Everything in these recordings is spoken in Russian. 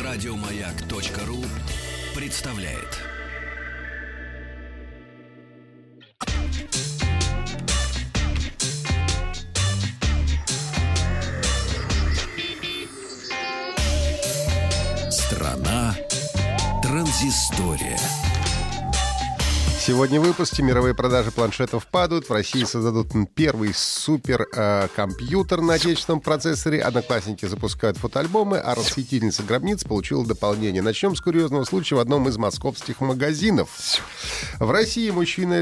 Радиомаяк.ру представляет. Страна транзистория. Сегодня в выпуске: мировые продажи планшетов падают, в России создадут первый суперкомпьютер на отечественном процессоре, одноклассники запускают фотоальбомы, а расхитительница гробниц получила дополнение. Начнем с курьезного случая в одном из московских магазинов. В России мужчина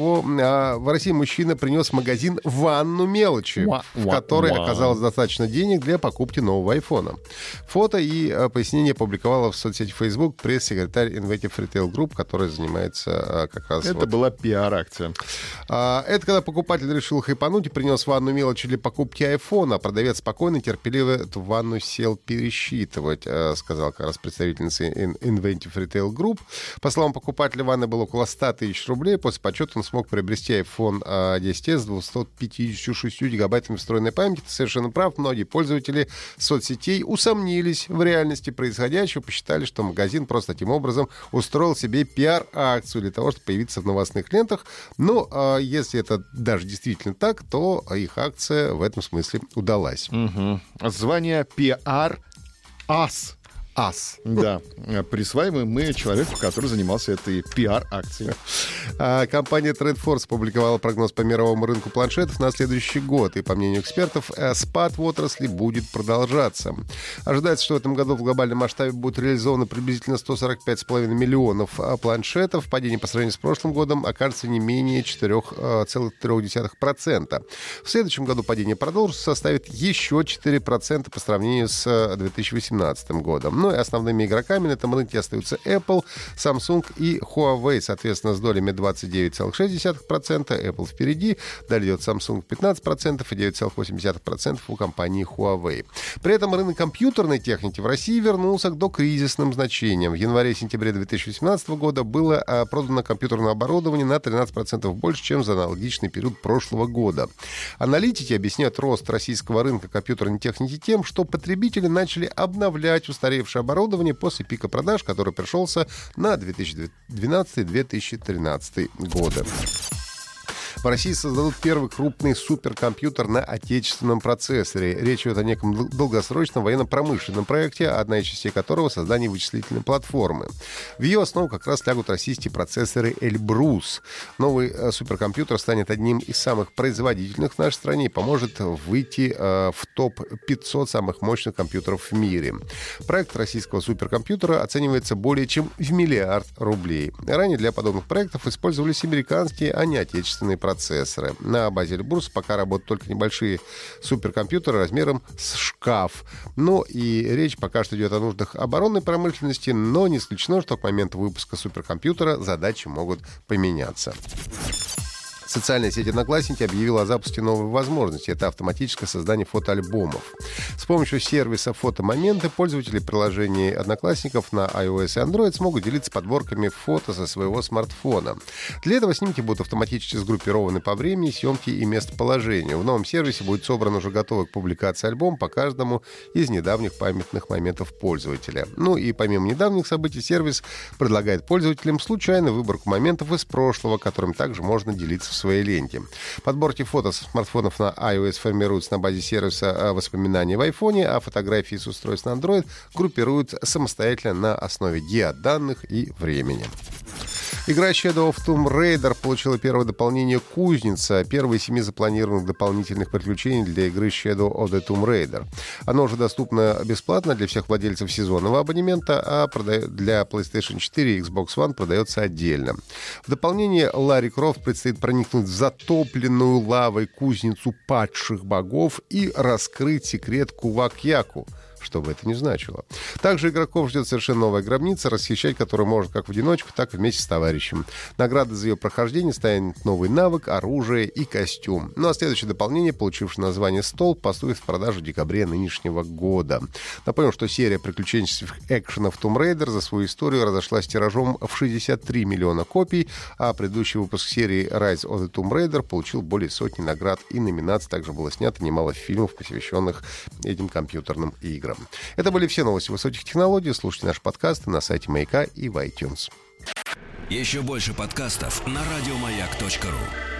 принес в магазин ванну мелочи, в которой оказалось достаточно денег для покупки нового айфона. Фото и пояснение опубликовала в соцсети Facebook пресс-секретарь Inventive Retail Group, который занимается Это была пиар-акция. Это когда покупатель решил хайпануть и принес ванну мелочи для покупки айфона. Продавец спокойно, терпеливо эту ванну сел пересчитывать, сказал как раз представительница Inventive Retail Group. По словам покупателя, ванны было около 100 тысяч рублей. После подсчета он смог приобрести iPhone XS с 256 гигабайтами встроенной памяти. Ты совершенно прав. Многие пользователи соцсетей усомнились в реальности происходящего, посчитали, что магазин просто таким образом устроил себе пиар-акцию для того, чтобы появиться в новостных лентах. Но если это даже действительно так, то их акция в этом смысле удалась. Звание пиар-ас. Да, присваиваем мы человеку, который занимался этой пиар-акцией. Компания TrendForce опубликовала прогноз по мировому рынку планшетов на следующий год. И, по мнению экспертов, спад в отрасли будет продолжаться. Ожидается, что в этом году в глобальном масштабе будет реализовано приблизительно 145,5 миллионов планшетов. Падение по сравнению с прошлым годом окажется не менее 4,3%. В следующем году падение продолжится, составит еще 4% по сравнению с 2018 годом. Ну и основными игроками на этом рынке остаются Apple, Samsung и Huawei, соответственно, с долями 29,6%. Apple впереди, далее идет Samsung 15% и 9,8% у компании Huawei. При этом рынок компьютерной техники в России вернулся к докризисным значениям. В январе-сентябре 2018 года было продано компьютерное оборудование на 13% больше, чем за аналогичный период прошлого года. Аналитики объясняют рост российского рынка компьютерной техники тем, что потребители начали обновлять устаревшее оборудование после пика продаж, который пришелся на 2012-2013 годы. В России создадут первый крупный суперкомпьютер на отечественном процессоре. Речь идет о неком долгосрочном военно-промышленном проекте, одна из частей которого — создание вычислительной платформы. В ее основу как раз лягут российские процессоры Эльбрус. Новый суперкомпьютер станет одним из самых производительных в нашей стране и поможет выйти в топ-500 самых мощных компьютеров в мире. Проект российского суперкомпьютера оценивается более чем в $1 миллиард рублей. Ранее для подобных проектов использовались американские, а не отечественные процессоры. На базе Эльбрус пока работают только небольшие суперкомпьютеры размером с шкаф. Ну и речь пока что идет о нуждах оборонной промышленности, но не исключено, что к моменту выпуска суперкомпьютера задачи могут поменяться. Социальная сеть «Одноклассники» объявила о запуске новой возможности. Это автоматическое создание фотоальбомов. С помощью сервиса «Фотомоменты» пользователи приложений «Одноклассников» на iOS и Android смогут делиться подборками фото со своего смартфона. Для этого снимки будут автоматически сгруппированы по времени съемки и местоположению. В новом сервисе будет собран уже готовый к публикации альбом по каждому из недавних памятных моментов пользователя. Ну и помимо недавних событий, сервис предлагает пользователям случайную выборку моментов из прошлого, которым также можно делиться в своей ленте. Подборки фото со смартфонов на iOS формируются на базе сервиса воспоминаний в iPhone, а фотографии с устройств на Android группируют самостоятельно на основе геоданных и времени. Игра Shadow of Tomb Raider получила первое дополнение «Кузница», первое из 7 запланированных дополнительных приключений для игры Shadow of the Tomb Raider. Оно уже доступно бесплатно для всех владельцев сезонного абонемента, а для PlayStation 4 и Xbox One продается отдельно. В дополнение Ларри Крофт предстоит проникнуть в затопленную лавой кузницу падших богов и раскрыть секрет Кувак-Яку. что бы это ни значило. Также игроков ждет совершенно новая гробница, расхищать которую можно как в одиночку, так и вместе с товарищем. Наградой за ее прохождение станет новый навык, оружие и костюм. Ну а следующее дополнение, получившее название «Столб», поступит в продажу в декабре нынешнего года. Напомним, что серия приключенческих экшенов Tomb Raider за свою историю разошлась тиражом в 63 миллиона копий, а предыдущий выпуск серии Rise of the Tomb Raider получил более сотни наград и номинаций. Также было снято немало фильмов, посвященных этим компьютерным играм. телевизора. Это были все новости высоких технологий. Слушайте наши подкасты на сайте Маяка и в iTunes. Еще больше подкастов на радиомаяк.ру.